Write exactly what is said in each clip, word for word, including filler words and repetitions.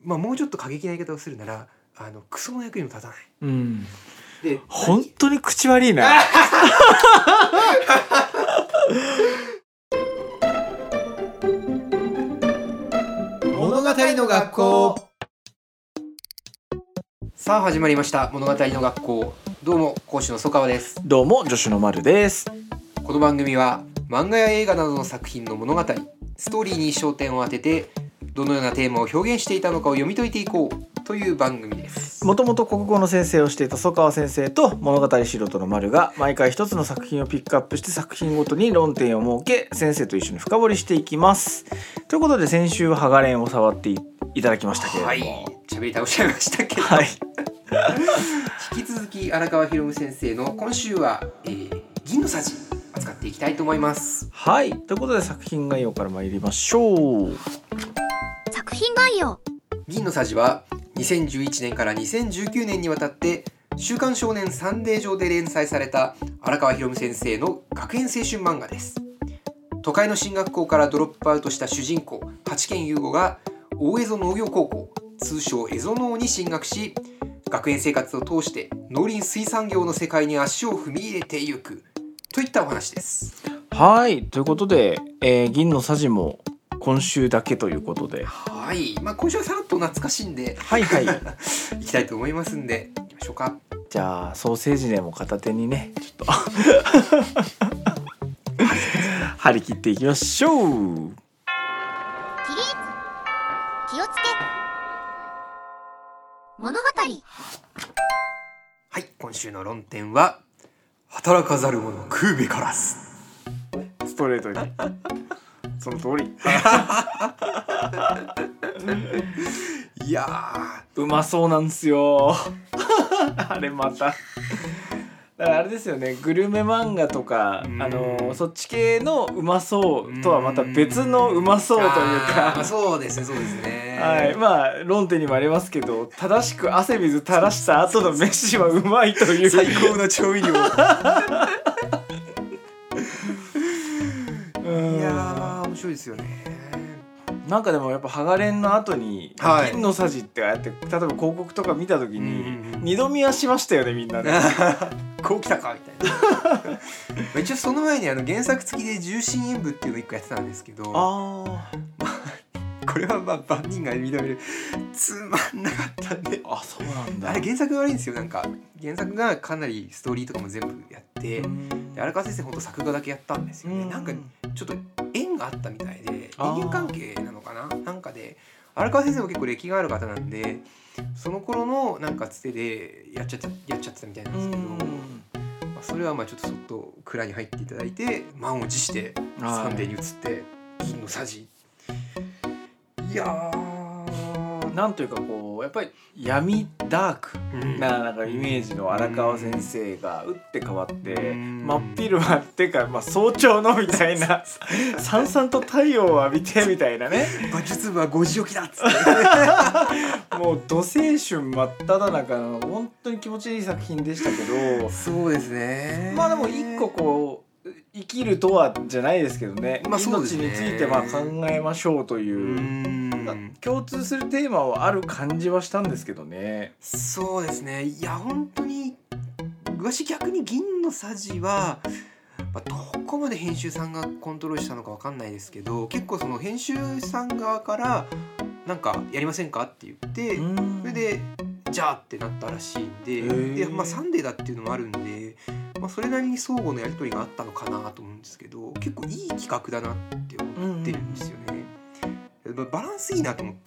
まあ、もうちょっと過激な言い方をするならあのクソの役にも立たない、 うん、 で本当に口悪いな物語の学校。さあ始まりました物語の学校。どうも講師の曽川です。 どうも助手の丸です。 この番組は漫画や映画などの作品の物語、ストーリーに焦点を当ててどのようなテーマを表現していたのかを読み解いていこうという番組です。 もともと国語の先生をしていた曽川先生と物語素人の丸が毎回一つの作品をピックアップして作品ごとに論点を設け先生と一緒に深掘りしていきます。ということで先週はハガレンを触って い, いただきましたけれども、 はい、喋り倒しちゃいましたけど、 はい、 引き続き荒川博先生の今週は、えー、銀のさじ扱っていきたいと思います。 はい、ということで作品概要から参りましょう。 作品概要。 銀のさじはにせんじゅういちねんからにせんじゅうきゅうねんにわたって週刊少年サンデー上で連載された荒川博先生の学園青春漫画です。都会の進学校からドロップアウトした主人公八軒優吾が大江戸農業高校、通称江戸農に進学し、学園生活を通して農林水産業の世界に足を踏み入れていくといったお話です。 はい、ということで、えー、銀のさじも今週だけということで、 はい、まあ、今週はさらっと懐かしいんで、 はいはい、 いきたいと思いますんで、いきましょうか。 じゃあソーセージでも片手にね、ちょっと張り切っていきましょう。 起立、気をつけ、物語。 はい、今週の論点は働かざる者食うべからず。 ストレートにその通りいやーうまそうなんですよあれまただからあれですよね、グルメ漫画とか、あのー、そっち系のうまそうとはまた別のうまそうというか、 そうですねそうですね、 はい、まあ論点にもありますけど、正しく汗水垂らした後の飯はうまいという最高の調味料いやー面白いですよね。 なんかでもやっぱハガレンの後に、はい、銀のさじってああやって例えば広告とか見た時に二度見はしましたよね、みんなねこう来たかみたいな一応その前にあの原作付きで重心演舞っていうのをいっこやってたんですけど、あこれはまあ万人が認めるつまんなかったんで、 あ、そうなんだ。 あれ原作が悪いんですよ。なんか原作がかなりストーリーとかも全部やって、で荒川先生ほんと作画だけやったんですよね。なんかちょっと縁があったみたいで、人間関係なのかな、なんかで荒川先生も結構歴がある方なんで、その頃のなんかつてでやっちゃってやっちゃってたみたいなんですけど、まあ、それはまあちょっとそっと蔵に入っていただいて満を持してサンデーに移って銀のさじ、いやーなんというかこうやっぱり闇ダークななんかイメージの荒川先生が打って変わって真っ昼間ってか、まあ、早朝のみたいなさんさんと太陽を浴びてみたいなね馬術部はごじ起きだっつってもう土青春真っ只中の本当に気持ちいい作品でしたけど、 そうですね、 まあでも一個こう生きるとはじゃないですけどね、まあ、命についてまあ考えましょうという、うーん、共通するテーマはある感じはしたんですけどね。 そうですね、いや本当に私逆に銀のさじは、まあ、どこまで編集さんがコントロールしたのか分かんないですけど、結構その編集さん側からなんかやりませんかって言って、それでじゃあってなったらしいんで、で、まあ、サンデーだっていうのもあるんで、まあ、それなりに相互のやり取りがあったのかなと思うんですけど、結構いい企画だなって思ってるんですよね。バランスいいなと思って、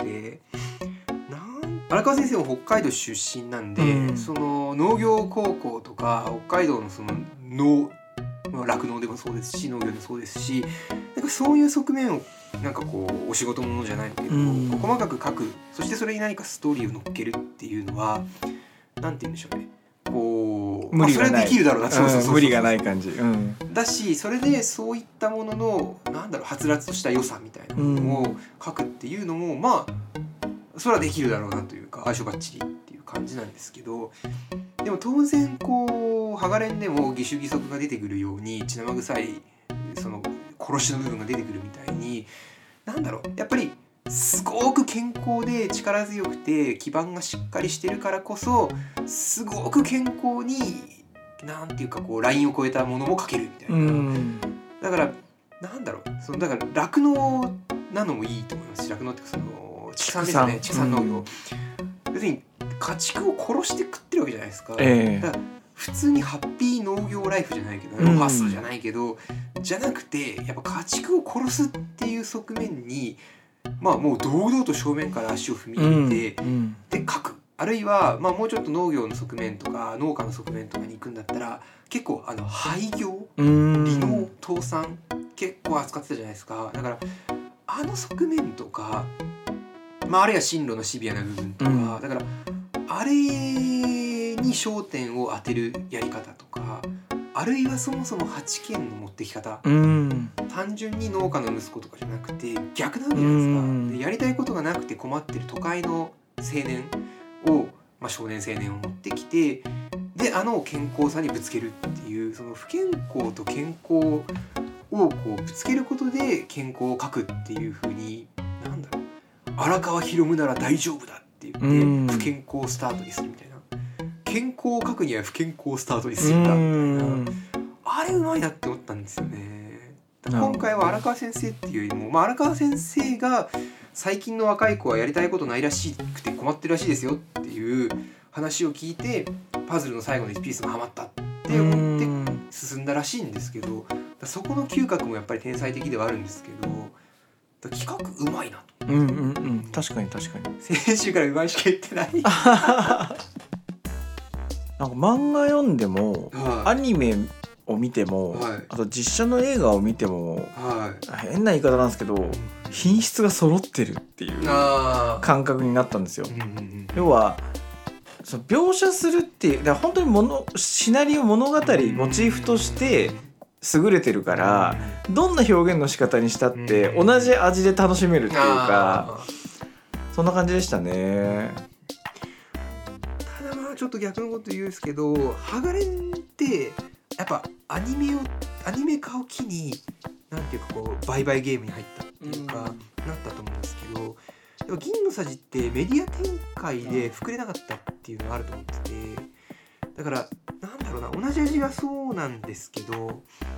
なん荒川先生も北海道出身なんで、うん、その農業高校とか北海道のその農酪農でもそうですし農業でもそうですし、なんかそういう側面をなんかこうお仕事ものじゃないけど、うん、細かく書く、そしてそれに何かストーリーを乗っけるっていうのはなんて言うんでしょうね、こう無理がない、まあ、それできるだろうな、そうそうそうそう、 無理がない感じ、うん、 だし、それでそういったもののなんだろう、はつらつとした良さみたいなものを書くっていうのも、うん、まあそれはできるだろうなというか相性バッチリっていう感じなんですけど、でも当然こうハガレンでも義手義足が出てくるように血生臭いその殺しの部分が出てくるみたいに、なんだろう、やっぱりすごく健康で力強くて基盤がしっかりしてるからこそすごく健康になんていうかこうラインを超えたものも描けるみたいな、うん、だからなんだろうそのだから酪農なのもいいと思いますし酪農ってその畜産ですよね畜産農業、うん、要するに家畜を殺して食ってるわけじゃないですか、えー、だから普通にハッピー農業ライフじゃないけどロハスじゃないけど、うん、じゃなくてやっぱ家畜を殺すっていう側面にまあもう堂々と正面から足を踏み入れて、うん、で書くあるいはまあもうちょっと農業の側面とか農家の側面とかに行くんだったら結構あの廃業離農倒産結構扱ってたじゃないですか。だからあの側面とか、まあ、あるいは進路のシビアな部分とか、うん、だからあれに焦点を当てるやり方とかあるいはそもそも八軒の持ってき方、うん、単純に農家の息子とかじゃなくて逆なわけじゃないですか、うん、でやりたいことがなくて困ってる都会の青年を、まあ、少年青年を持ってきてであの健康さにぶつけるっていうその不健康と健康をこうぶつけることで健康を書くっていう風になんだろう荒川博夢なら大丈夫だって言って、うん、不健康スタートにするみたいな健康を書くには不健康スタートにするんだみたいなあれうまいなって思ったんですよね。今回は荒川先生っていうよりも、まあ、荒川先生が最近の若い子はやりたいことないらしくて困ってるらしいですよっていう話を聞いてパズルの最後のいちピースがハマったって思って進んだらしいんですけどそこの嗅覚もやっぱり天才的ではあるんですけど企画うまいなと、 うんうんうん、確かに確かに先週からうまいしか言ってないなんか漫画読んでも、はい、アニメを見ても、はい、あと実写の映画を見ても、はい、変な言い方なんですけど品質が揃ってるっていう感覚になったんですよ、うんうんうん、要はその描写するっていうだから本当にものシナリオ物語モチーフとして優れてるからどんな表現の仕方にしたって同じ味で楽しめるっていうかそんな感じでしたね。 ただまあちょっと逆のこと言うんですけどハガレンってやっぱアニメをアニメ化を機になんていうかこう売買ゲームに入ったっていうか、うん、なったと思うんですけどでも銀のさじってメディア展開で膨れなかったっていうのがあると思っててだからなんだろうな同じ味はそうなんですけどなんだろ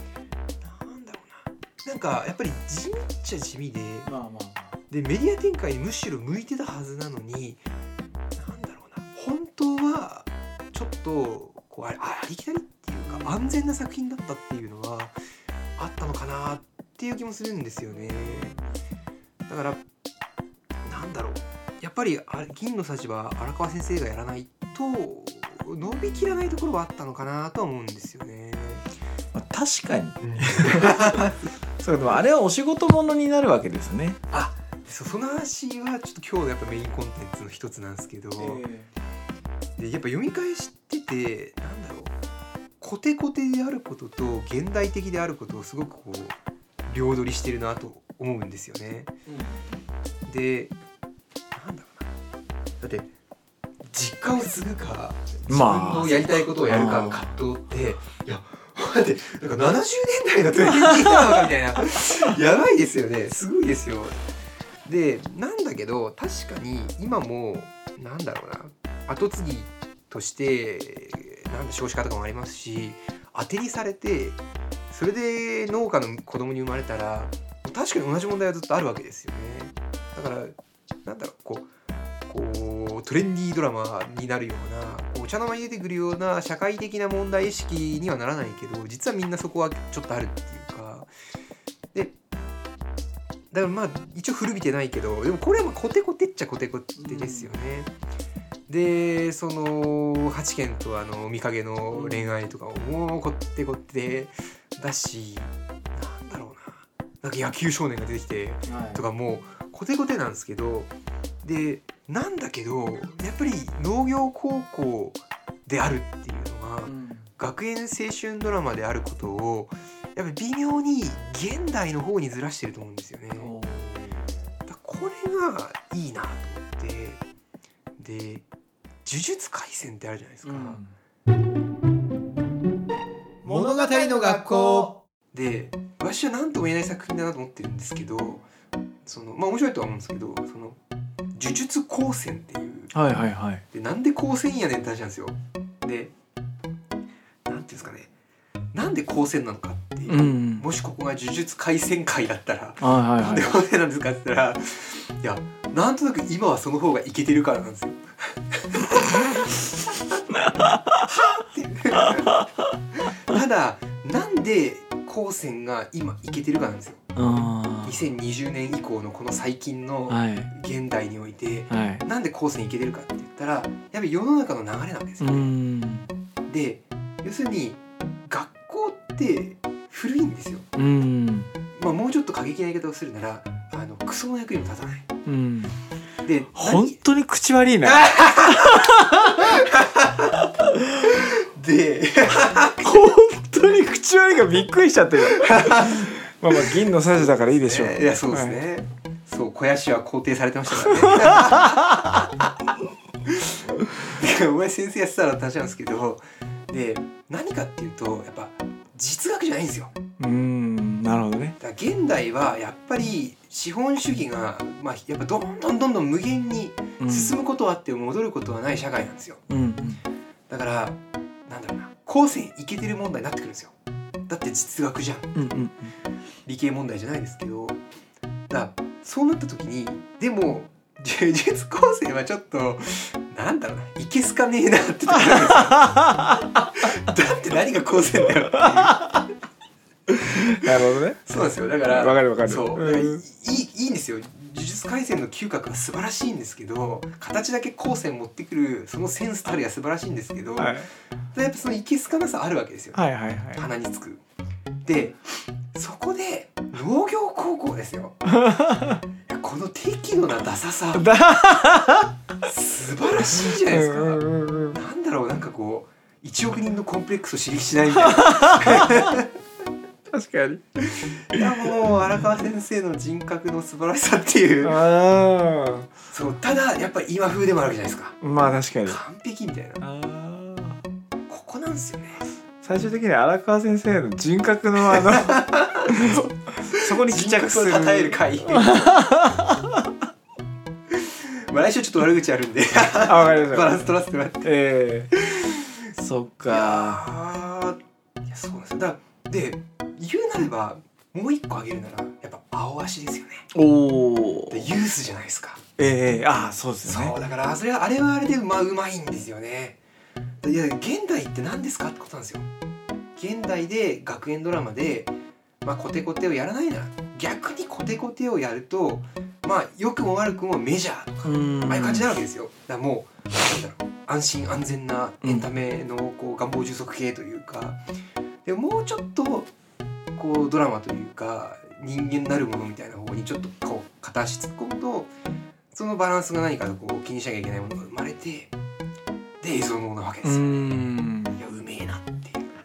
うななんかやっぱり地味っちゃ地味で、まあまあまあ、でメディア展開にむしろ向いてたはずなのになんだろうな本当はちょっとこうありきたりっていうか安全な作品だったっていうのはあったのかなっていう気もするんですよね。だからなんだろうやっぱり銀のさじは荒川先生がやらないと伸びきらないところはあったのかなとは思うんですよね。 まあ、確かに、うん、そうでもあれはお仕事ものになるわけですね。 あ そ, その話はちょっと今日のやっぱメインコンテンツの一つなんですけど、えー、でやっぱ読み返しててなんだろうコテコテであることと現代的であることをすごくこう両取りしてるなと思うんですよね、うん、でなんだろうなだって実家を継ぐか自分のやりたいことをやるかの葛藤って、まあ、いや待ってなんかななじゅうねんだいのトレンディーなのかみたいなやばいですよねすごいですよ。でなんだけど確かに今もなんだろうな後継ぎとしてなんだ少子化とかもありますし当てにされてそれで農家の子供に生まれたら確かに同じ問題はずっとあるわけですよね。だからなんだろうこうこうトレンディードラマになるようなお茶の間に出てくるような社会的な問題意識にはならないけど実はみんなそこはちょっとあるっていうかでだからまあ一応古びてないけどでもこれはまあコテコテっちゃコテコテですよね、うん、でその八軒とあの見影の恋愛とかももうコテコテだしなんだろうななんか野球少年が出てきてとかもうコテコテなんですけどでなんだけどやっぱり農業高校であるっていうのは、うん、学園青春ドラマであることをやっぱり微妙に現代の方にずらしてると思うんですよね。だこれがいいなと思ってで呪術廻戦ってあるじゃないですか、うん、物語の学校で私は何とも言えない作品だなと思ってるんですけどそのまあ面白いとは思うんですけど、その呪術高専っていう、 はいはいはい。 でなんで高専やねんって話なんですよ。でなんていうんですかね、なんで高専なのかっていう、うん、もしここが呪術廻戦会だったら、はいはいはい、なんで高専なんですかって言ったら、いやなんとなく今はその方がイケてるからなんですよ。ただなんで高専が今イケてるかなんですよ。にせんにじゅうねん以降のこの最近の現代において、はい、なんで高専イケてるかって言ったら、やっぱり世の中の流れなわけですよね。で要するに学校って古いんですよ。うん、まあ、もうちょっと過激な言い方をするなら、あのクソの役にも立たない。うん、で本当に口悪いな。 で本当に口悪いからびっくりしちゃってる。まあまあ銀のさじだからいいでしょう。 いやそうですね。はい、そう肥やしは肯定されてましたからね。お前先生やってたらって話なんですけど、で何かっていうとやっぱ実学じゃないんですよ。 うーん、なるほどね。 だから現代はやっぱり資本主義が、まあ、やっぱどんどんどんどん無限に進むことはあって戻ることはない社会なんですよ。うんうん、だからなんだろうな、高専イケてる問題になってくるんですよ。だって実学じゃん、うんうん、理系問題じゃないですけど、だからそうなった時にでも呪術高専はちょっとなんだろうな、いけすかねえなってところですよ。だって何が高専だよっていう。 なるほどね。 そうなんですよ。だからわかるわかる。 そう、うん、いいいいんですよ。呪術廻戦の嗅覚は素晴らしいんですけど、形だけ高専持ってくるそのセンスたるや素晴らしいんですけど、はい、やっぱそのいけすかなさあるわけですよ、ね。はいはいはい。鼻につく。でそこで農業高校ですよ。この適度なダサさ素晴らしいじゃないですか。なんだろう、なんかこういちおく人のコンプレックスを刺激しないみたいな。 確かに。 いやもう荒川先生の人格の素晴らしさっていう。あそう、ただやっぱり今風でもあるわけじゃないですか。 まあ確かに。 完璧みたいな。あここなんですよね。 最終的に荒川先生の人格のあのそこに帰着する。 人格を称える回。まあ来週ちょっと悪口あるんであ、わかりました。バランス取らせてもらって。えー、そっか。 いや、いやそうなんですよ。だで言うなればもう一個あげるならやっぱ青足ですよね。おお。ユースじゃないですか。 ええー、ああそうですよね。 そうだからそれはあれはあれでまあうまいんですよね。いや現代って何ですかってことなんですよ。現代で学園ドラマで、まあ、コテコテをやらないなら逆にコテコテをやるとまあ良くも悪くもメジャーとかああいう感じになるわけですよ。だからもうなんだろう、安心安全なエンタメのこう願望充足系というか、でもうちょっとこうドラマというか人間なるものみたいな方にちょっとこう片足突っ込むとそのバランスが何かこう気にしなきゃいけないものが生まれてで映像のなわけですよね。いやうめえなっていう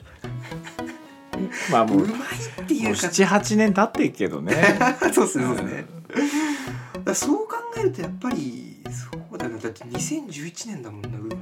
まあもううまいっていうかななはちねん経ってるけどね。 そうですね、そうですね。だそう考えるとやっぱりそうだよね。だってにせんじゅういちねんだもんな。うまいよ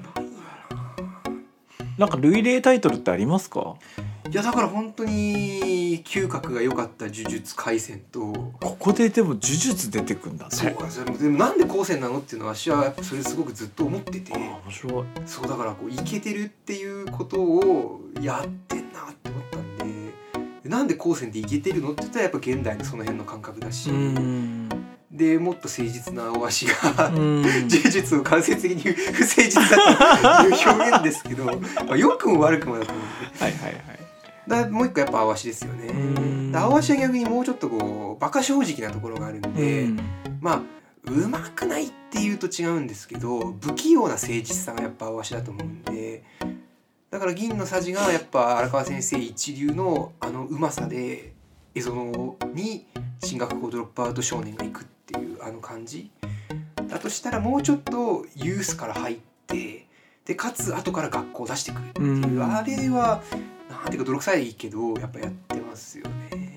な。なんか類例タイトルってありますか？ いやだから本当に嗅覚が良かった呪術廻戦とここででも呪術出てくんだね。 そうか。でもなんで高専なのっていうのは私はやっぱそれすごくずっと思ってて、 面白い。 そうだからこうイケてるっていうことをやってんなって思ったんで、なんで高専でイケてるのって言ったらやっぱ現代のその辺の感覚だし、うんでもっと誠実なお足が呪術を間接的に不誠実だという表現ですけど、まあ良くも悪くもだと思うんで。はいはいはい。だもう一個やっぱ青足ですよね。青足は逆にもうちょっとこうバカ正直なところがあるんで、んまあうまくないっていうと違うんですけど不器用な誠実さがやっぱ青足だと思うんで、だから銀のさじがやっぱ荒川先生一流のあのうまさで蝦夷野に進学校ドロップアウト少年が行くっていうあの感じだとしたら、もうちょっとユースから入ってでかつ後から学校を出してくるっていう、あれはなんていうか泥臭いけどやっぱやってますよね。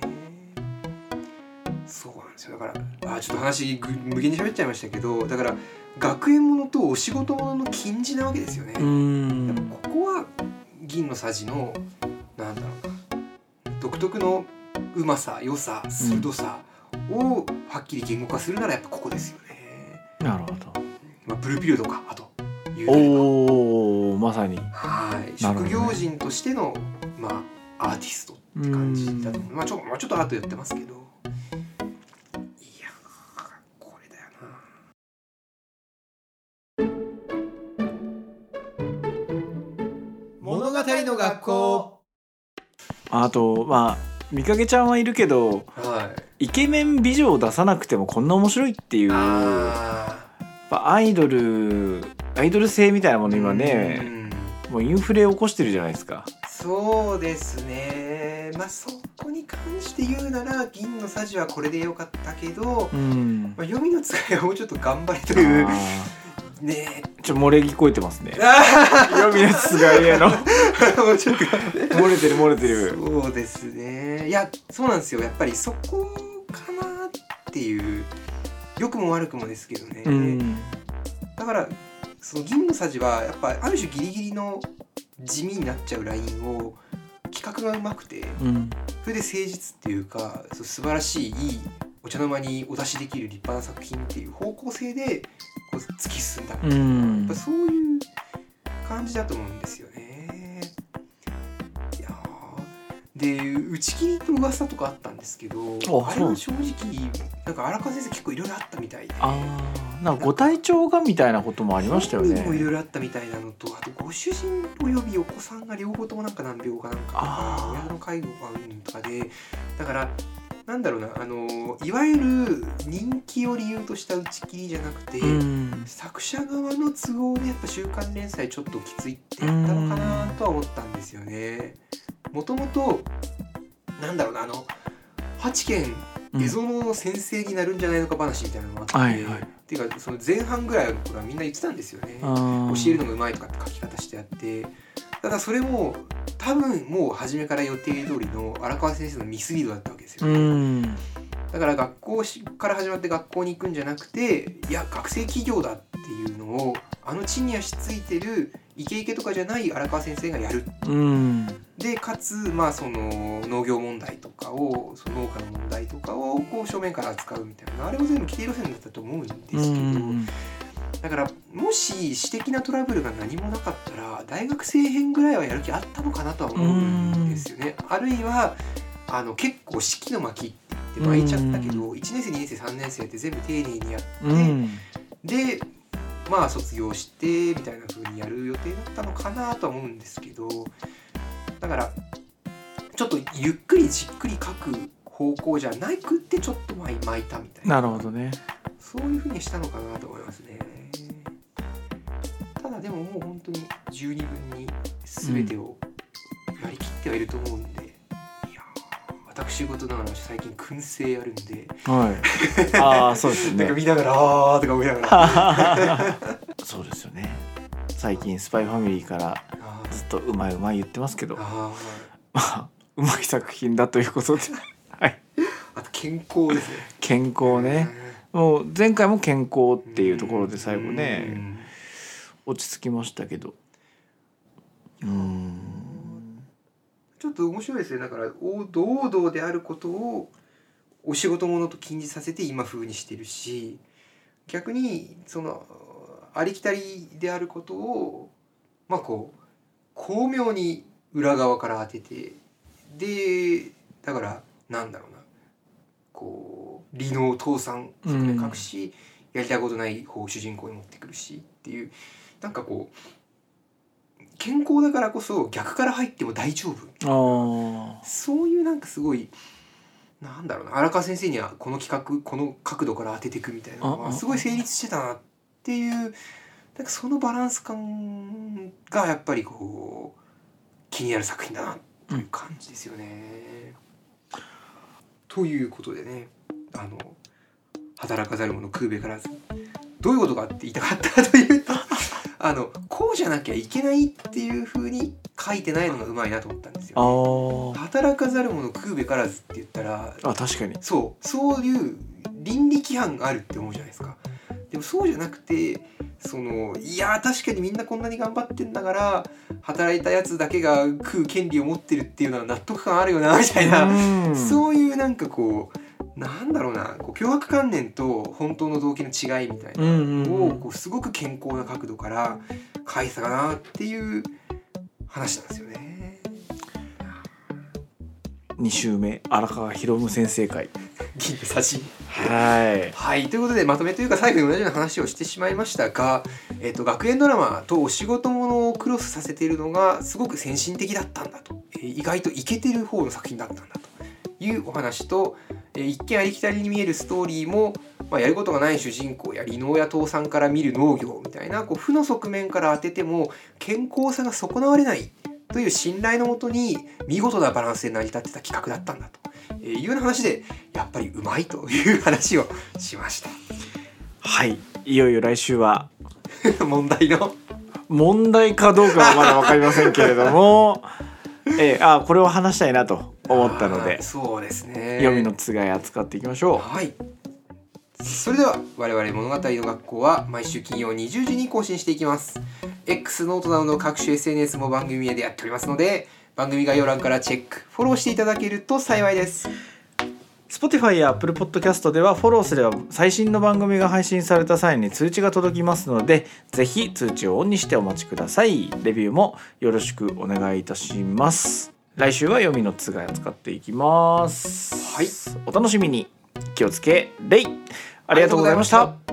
そうなんですよ。だからあちょっと話無限に喋っちゃいましたけど、だから学園ものとお仕事ものの金字なわけですよね。うんやっぱここは銀のさじのなんだろうな独特のうまさ良さ鋭さをはっきり言語化するならやっぱここですよね。 なるほど。 まあ、ブルーピリオドかあというなればおお、まさに。 はい、 なるほどね職業人としての、まあ、アーティストって感じだと思う。まあちょ、まあ、ちょっとアートやってますけど、いやこれだよな。物語の学校。 あとまあ見かけちゃんはいるけど、 はい、 イケメン美女を出さなくてもこんな面白いっていう、やあっぱアイドルアイドル性みたいなもの今うね、 んもうインフレを起こしてるじゃないですか。 そうですね。まあそこに関して言うなら銀のさじはこれでよかったけど、 うん。 まあ、読みの使いはもうちょっと頑張れというあねーちょ漏れ聞こえてますね。 あ読みのつがいへのもうちょっと漏れてる漏れてる。 そうですね。いやそうなんですよ。やっぱりそこかなっていう、良くも悪くもですけどね、 うん。 だからその銀のさじはやっぱある種ギリギリの地味になっちゃうラインを企画がうまくて、 うん。 それで誠実っていうかそう素晴らしいいいお茶の間にお出しできる立派な作品っていう方向性でこう突き進んだ、 うやんっぱそういう感じだと思うんですよね。いやーで打ち切りの噂とかあったんですけど、 あそうあれは正直なんか荒川先生結構いろいろあったみたいで、 ああ、なんかご体調がみたいなこともありましたよね。 本人もいろいろあったみたいなのと、あとご主人およびお子さんが両方ともなんか難病かなんかとかあー親の介護がうんとかで、だからなんだろうな、あのいわゆる人気を理由とした打ち切りじゃなくて、 うん。 作者側の都合でやっぱ週刊連載ちょっときついってやったのかなとは思ったんですよね。もともとなんだろうな、あのはちけん絵園の先生になるんじゃないのか話みたいなのもあって、 はいはいっていうかその前半ぐらいの頃はみんな言ってたんですよね。 あー教えるのがうまいとかって書き方してあって、ただそれも多分もう初めから予定通りの荒川先生のミスリードだったわけですよ、 うねん。 だから学校から始まって学校に行くんじゃなくて、いや学生企業だっていうのをあの地に足ついてるイケイケとかじゃない荒川先生がやる。 うん。 でかつまあその農業問題とかをその農家の問題とかをこう正面から扱うみたいな、あれも全部規定路線だったと思うんですけど、 うんだからもし私的なトラブルが何もなかったら大学生編ぐらいはやる気あったのかなとは思うんですよね。あるいはあの結構式の巻って言って巻いちゃったけど、いちねん生にねん生さんねん生って全部丁寧にやって、 うんでまあ卒業してみたいな風にやる予定だったのかなとは思うんですけど、だからちょっとゆっくりじっくり書く方向じゃなくってちょっと巻い巻いたみたいな、 なるほどね。 そういう風にしたのかなと思いますね。ただでももう本当に十二分に全てをやりきってはいると思うんで、うん、いや私事ながら最近燻製やるんで、 はい。ああそうですよね。 なんか見ながらあーとか思いながらそうですよね。最近スパイファミリーからずっとうまいうまい言ってますけど、 あまあうまい作品だということで、はい。 あと健康ですね。 健康ね。もう前回も健康っていうところで最後うねん落ち着きましたけど、うーんちょっと面白いですね。だから堂々であることをお仕事ものと禁じさせて今風にしてるし、逆にそのありきたりであることをまあこう巧妙に裏側から当てて、でだからなんだろうな、こう利能倒産側面隠し、やりたいことない方を主人公に持ってくるしっていう、なんかこう健康だからこそ逆から入っても大丈夫、 あそういうなんかすごいなんだろうな、荒川先生にはこの企画この角度から当てていくみたいなのはすごい成立してたなっていう、なんかそのバランス感がやっぱりこう気になる作品だなという感じですよね。うん、ということでね、あの働かざる者食うべからず、どういうことかって言いたかったというとあのこうじゃなきゃいけないっていう風に書いてないのがうまいなと思ったんですよ、ね。働かざる者食うべからずって言ったら、 あ確かにそうそういう倫理規範があるって思うじゃないですか。でもそうじゃなくて、そのいや確かにみんなこんなに頑張ってんだから働いたやつだけが食う権利を持ってるっていうのは納得感あるよなみたいな、そういうなんかこうなんだろうなこう強迫観念と本当の動機の違いみたいなのをこうすごく健康な角度から書いてたかなっていう話なんですよね。 に週目荒川博夢先生会銀のさじはいはいということでまとめというか最後に同じような話をしてしまいましたが、えー、と学園ドラマとお仕事ものをクロスさせているのがすごく先進的だったんだと、えー、意外とイケてる方の作品だったんだというお話と、えー、一見ありきたりに見えるストーリーも、まあ、やることがない主人公や離農や倒産から見る農業みたいなこう負の側面から当てても健康さが損なわれないという信頼のもとに見事なバランスで成り立ってた企画だったんだというような話でやっぱりうまいという話をしました。 はいいよいよ来週は問題の問題かどうかはまだ分かりませんけれどもえー、あこれを話したいなと思ったのでそうですね読みのつがい扱っていきましょう。 はいそれでは我々物語の学校は毎週金曜にじゅうじに更新していきます。 X ノートなどの各種 エスエヌエス も番組名でやっておりますので番組概要欄からチェックフォローしていただけると幸いです。 Spotify や Apple Podcast ではフォローすれば最新の番組が配信された際に通知が届きますのでぜひ通知をオンにしてお待ちください。レビューもよろしくお願いいたします。来週は読みのつがいを使っていきます。 はいお楽しみに。気をつけレイありがとうございました。